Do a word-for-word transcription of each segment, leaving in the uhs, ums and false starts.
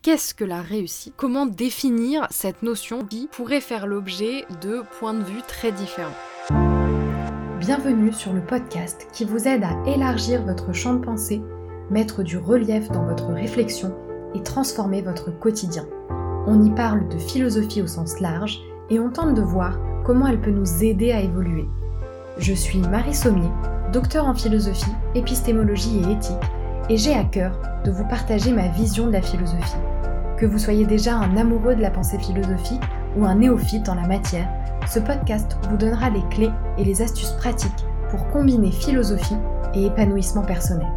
Qu'est-ce que la réussite ? Comment définir cette notion qui pourrait faire l'objet de points de vue très différents ? Bienvenue sur le podcast qui vous aide à élargir votre champ de pensée, mettre du relief dans votre réflexion et transformer votre quotidien. On y parle de philosophie au sens large et on tente de voir comment elle peut nous aider à évoluer. Je suis Marie Sommier, docteure en philosophie, épistémologie et éthique, et j'ai à cœur de vous partager ma vision de la philosophie. Que vous soyez déjà un amoureux de la pensée philosophique ou un néophyte en la matière, ce podcast vous donnera les clés et les astuces pratiques pour combiner philosophie et épanouissement personnel.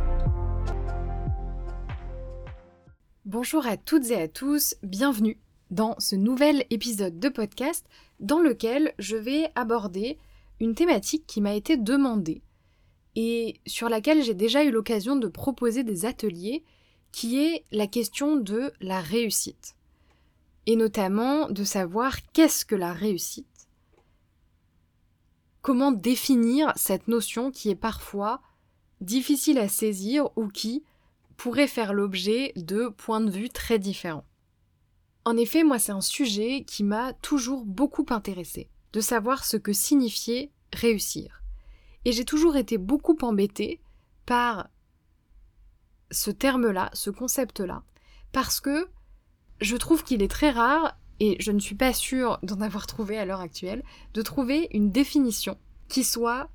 Bonjour à toutes et à tous, bienvenue dans ce nouvel épisode de podcast dans lequel je vais aborder une thématique qui m'a été demandée et sur laquelle j'ai déjà eu l'occasion de proposer des ateliers, qui est la question de la réussite. Et notamment de savoir qu'est-ce que la réussite ? Comment définir cette notion qui est parfois difficile à saisir ou qui pourrait faire l'objet de points de vue très différents. En effet, moi c'est un sujet qui m'a toujours beaucoup intéressée, de savoir ce que signifiait réussir. Et j'ai toujours été beaucoup embêtée par ce terme-là, ce concept-là, parce que je trouve qu'il est très rare, et je ne suis pas sûre d'en avoir trouvé à l'heure actuelle, de trouver une définition qui soit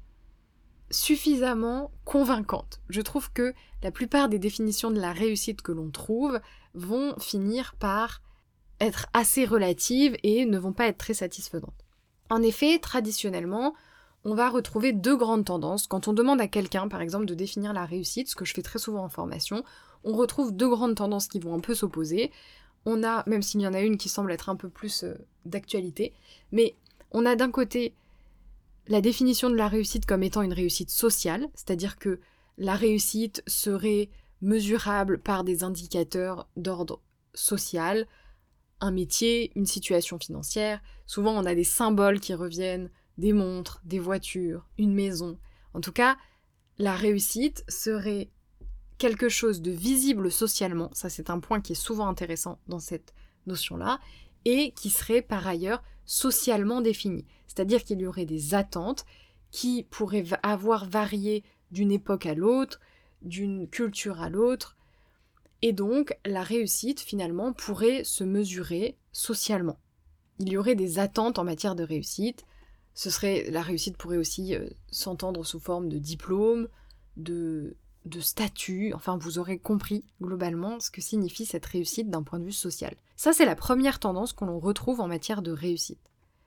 suffisamment convaincante. Je trouve que la plupart des définitions de la réussite que l'on trouve vont finir par être assez relatives et ne vont pas être très satisfaisantes. En effet, traditionnellement, on va retrouver deux grandes tendances. Quand on demande à quelqu'un, par exemple, de définir la réussite, ce que je fais très souvent en formation, on retrouve deux grandes tendances qui vont un peu s'opposer. On a, même s'il y en a une qui semble être un peu plus euh, d'actualité, mais on a d'un côté la définition de la réussite comme étant une réussite sociale, c'est-à-dire que la réussite serait mesurable par des indicateurs d'ordre social, un métier, une situation financière. Souvent, on a des symboles qui reviennent, des montres, des voitures, une maison. En tout cas, la réussite serait quelque chose de visible socialement, ça c'est un point qui est souvent intéressant dans cette notion-là, et qui serait par ailleurs socialement défini. C'est-à-dire qu'il y aurait des attentes qui pourraient avoir varié d'une époque à l'autre, d'une culture à l'autre, et donc la réussite finalement pourrait se mesurer socialement. Il y aurait des attentes en matière de réussite. Ce serait, la réussite pourrait aussi euh, s'entendre sous forme de diplôme, de, de statut, enfin vous aurez compris globalement ce que signifie cette réussite d'un point de vue social. Ça c'est la première tendance que l'on retrouve en matière de réussite.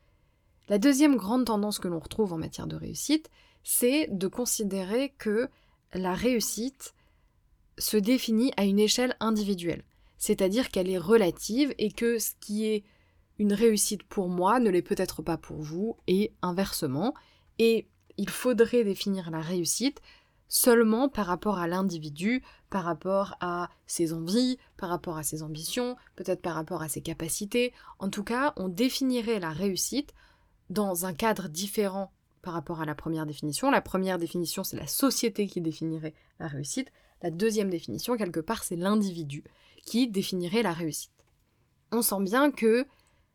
La deuxième grande tendance que l'on retrouve en matière de réussite, c'est de considérer que la réussite se définit à une échelle individuelle, c'est-à-dire qu'elle est relative et que ce qui est une réussite pour moi ne l'est peut-être pas pour vous, et inversement. Et il faudrait définir la réussite seulement par rapport à l'individu, par rapport à ses envies, par rapport à ses ambitions, peut-être par rapport à ses capacités. En tout cas, on définirait la réussite dans un cadre différent par rapport à la première définition. La première définition, c'est la société qui définirait la réussite. La deuxième définition, quelque part, c'est l'individu qui définirait la réussite. On sent bien que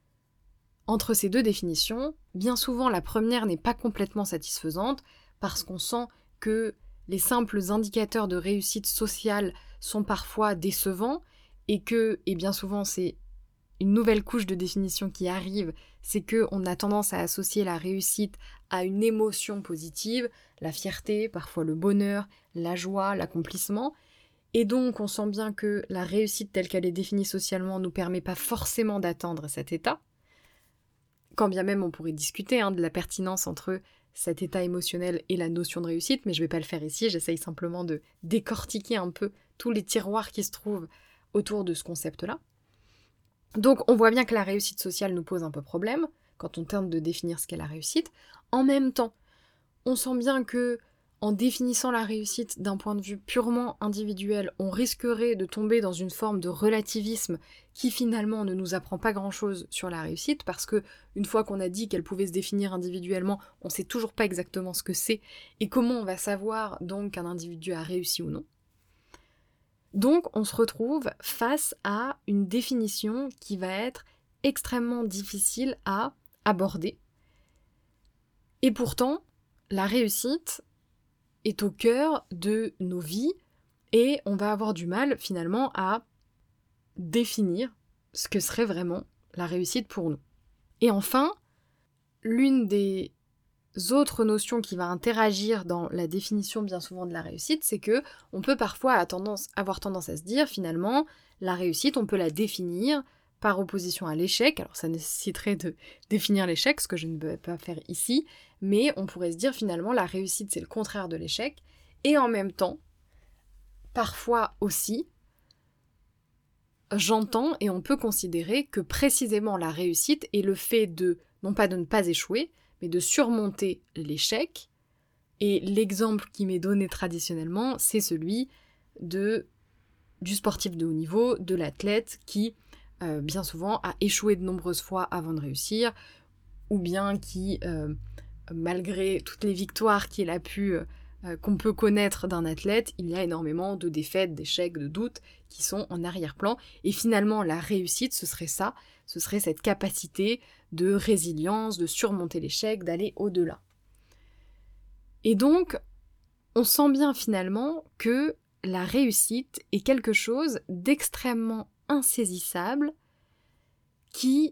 entre ces deux définitions, bien souvent la première n'est pas complètement satisfaisante parce qu'on sent que les simples indicateurs de réussite sociale sont parfois décevants et que, et bien souvent c'est une nouvelle couche de définition qui arrive, c'est qu'on a tendance à associer la réussite à une émotion positive, la fierté, parfois le bonheur, la joie, l'accomplissement. Et donc on sent bien que la réussite telle qu'elle est définie socialement ne nous permet pas forcément d'atteindre cet état. Quand bien même on pourrait discuter hein, de la pertinence entre cet état émotionnel et la notion de réussite, mais je ne vais pas le faire ici, j'essaye simplement de décortiquer un peu tous les tiroirs qui se trouvent autour de ce concept-là. Donc on voit bien que la réussite sociale nous pose un peu problème, quand on tente de définir ce qu'est la réussite. En même temps, on sent bien que en définissant la réussite d'un point de vue purement individuel, on risquerait de tomber dans une forme de relativisme qui finalement ne nous apprend pas grand-chose sur la réussite, parce que une fois qu'on a dit qu'elle pouvait se définir individuellement, on ne sait toujours pas exactement ce que c'est, et comment on va savoir donc qu'un individu a réussi ou non. Donc on se retrouve face à une définition qui va être extrêmement difficile à aborder. Et pourtant, la réussite est au cœur de nos vies et on va avoir du mal finalement à définir ce que serait vraiment la réussite pour nous. Et enfin, l'une des autres notions qui va interagir dans la définition bien souvent de la réussite, c'est que on peut parfois avoir tendance, avoir tendance à se dire finalement la réussite, on peut la définir par opposition à l'échec. Alors ça nécessiterait de définir l'échec, ce que je ne peux pas faire ici, mais on pourrait se dire finalement la réussite c'est le contraire de l'échec, et en même temps, parfois aussi, j'entends et on peut considérer que précisément la réussite est le fait de, non pas de ne pas échouer, mais de surmonter l'échec. Et l'exemple qui m'est donné traditionnellement, c'est celui de, du sportif de haut niveau, de l'athlète qui, euh, bien souvent, a échoué de nombreuses fois avant de réussir, ou bien qui, euh, malgré toutes les victoires qu'il a pu, euh, qu'on peut connaître d'un athlète, il y a énormément de défaites, d'échecs, de doutes qui sont en arrière-plan. Et finalement, la réussite, ce serait ça, ce serait cette capacité de résilience, de surmonter l'échec, d'aller au-delà. Et donc, on sent bien finalement que la réussite est quelque chose d'extrêmement insaisissable qui,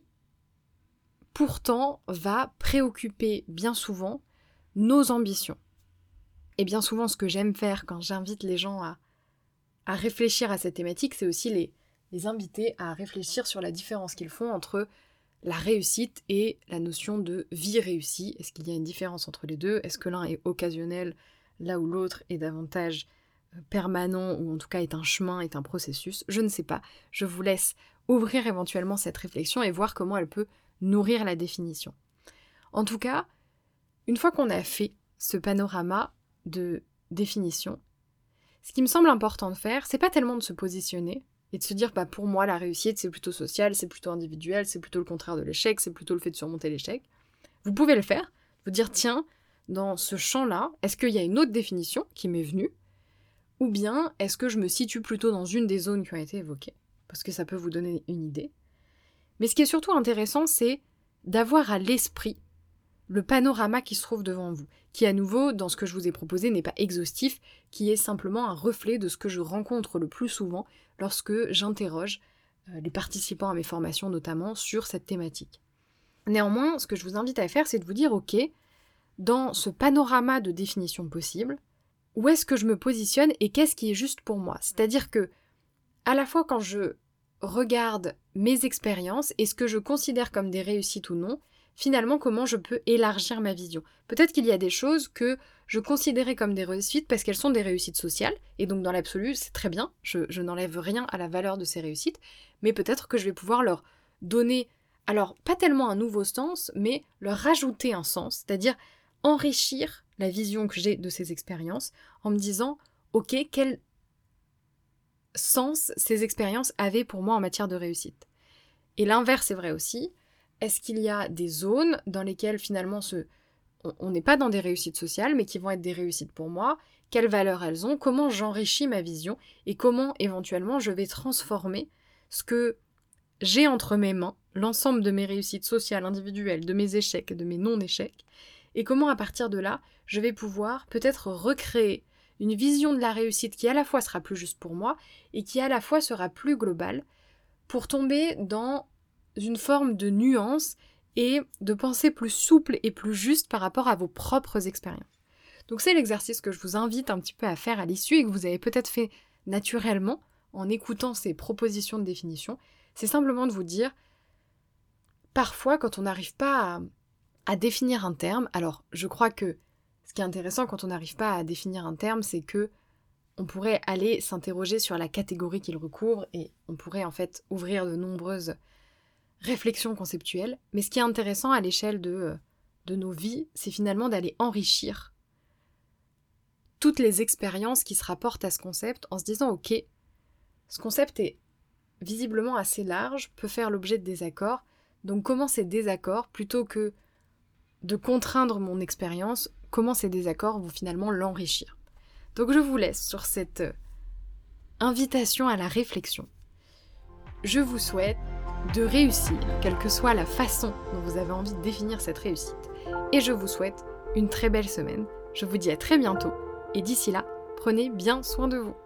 pourtant, va préoccuper bien souvent nos ambitions. Et bien souvent, ce que j'aime faire quand j'invite les gens à, à réfléchir à cette thématique, c'est aussi les, les inviter à réfléchir sur la différence qu'ils font entre la réussite et la notion de vie réussie. Est-ce qu'il y a une différence entre les deux ? Est-ce que l'un est occasionnel, là où l'autre est davantage permanent, ou en tout cas est un chemin, est un processus ? Je ne sais pas. Je vous laisse ouvrir éventuellement cette réflexion et voir comment elle peut nourrir la définition. En tout cas, une fois qu'on a fait ce panorama de définition, ce qui me semble important de faire, c'est pas tellement de se positionner et de se dire, bah pour moi la réussite c'est plutôt social, c'est plutôt individuel, c'est plutôt le contraire de l'échec, c'est plutôt le fait de surmonter l'échec. Vous pouvez le faire, vous dire tiens, dans ce champ-là, est-ce qu'il y a une autre définition qui m'est venue, ou bien est-ce que je me situe plutôt dans une des zones qui ont été évoquées, parce que ça peut vous donner une idée. Mais ce qui est surtout intéressant, c'est d'avoir à l'esprit le panorama qui se trouve devant vous, qui à nouveau, dans ce que je vous ai proposé, n'est pas exhaustif, qui est simplement un reflet de ce que je rencontre le plus souvent lorsque j'interroge les participants à mes formations notamment sur cette thématique. Néanmoins, ce que je vous invite à faire, c'est de vous dire, ok, dans ce panorama de définition possible, où est-ce que je me positionne et qu'est-ce qui est juste pour moi ? C'est-à-dire que, à la fois quand je regarde mes expériences et ce que je considère comme des réussites ou non, finalement, comment je peux élargir ma vision. Peut-être qu'il y a des choses que je considérais comme des réussites parce qu'elles sont des réussites sociales, et donc dans l'absolu, c'est très bien, je, je n'enlève rien à la valeur de ces réussites, mais peut-être que je vais pouvoir leur donner, alors pas tellement un nouveau sens, mais leur rajouter un sens, c'est-à-dire enrichir la vision que j'ai de ces expériences en me disant, ok, quel sens ces expériences avaient pour moi en matière de réussite. Et l'inverse est vrai aussi. Est-ce qu'il y a des zones dans lesquelles finalement ce... on n'est pas dans des réussites sociales, mais qui vont être des réussites pour moi ? Quelles valeurs elles ont ? Comment j'enrichis ma vision ? Et comment éventuellement je vais transformer ce que j'ai entre mes mains, l'ensemble de mes réussites sociales, individuelles, de mes échecs, de mes non-échecs, et comment à partir de là, je vais pouvoir peut-être recréer une vision de la réussite qui à la fois sera plus juste pour moi, et qui à la fois sera plus globale, pour tomber dans une forme de nuance et de pensée plus souple et plus juste par rapport à vos propres expériences. Donc c'est l'exercice que je vous invite un petit peu à faire à l'issue et que vous avez peut-être fait naturellement en écoutant ces propositions de définition. C'est simplement de vous dire, parfois quand on n'arrive pas à, à définir un terme, alors je crois que ce qui est intéressant quand on n'arrive pas à définir un terme, c'est que on pourrait aller s'interroger sur la catégorie qu'il recouvre et on pourrait en fait ouvrir de nombreuses réflexion conceptuelle, mais ce qui est intéressant à l'échelle de, de nos vies, c'est finalement d'aller enrichir toutes les expériences qui se rapportent à ce concept en se disant, ok, ce concept est visiblement assez large, peut faire l'objet de désaccords, donc comment ces désaccords, plutôt que de contraindre mon expérience, comment ces désaccords vont finalement l'enrichir. Donc je vous laisse sur cette invitation à la réflexion. Je vous souhaite de réussir, quelle que soit la façon dont vous avez envie de définir cette réussite. Et je vous souhaite une très belle semaine. Je vous dis à très bientôt et d'ici là, prenez bien soin de vous.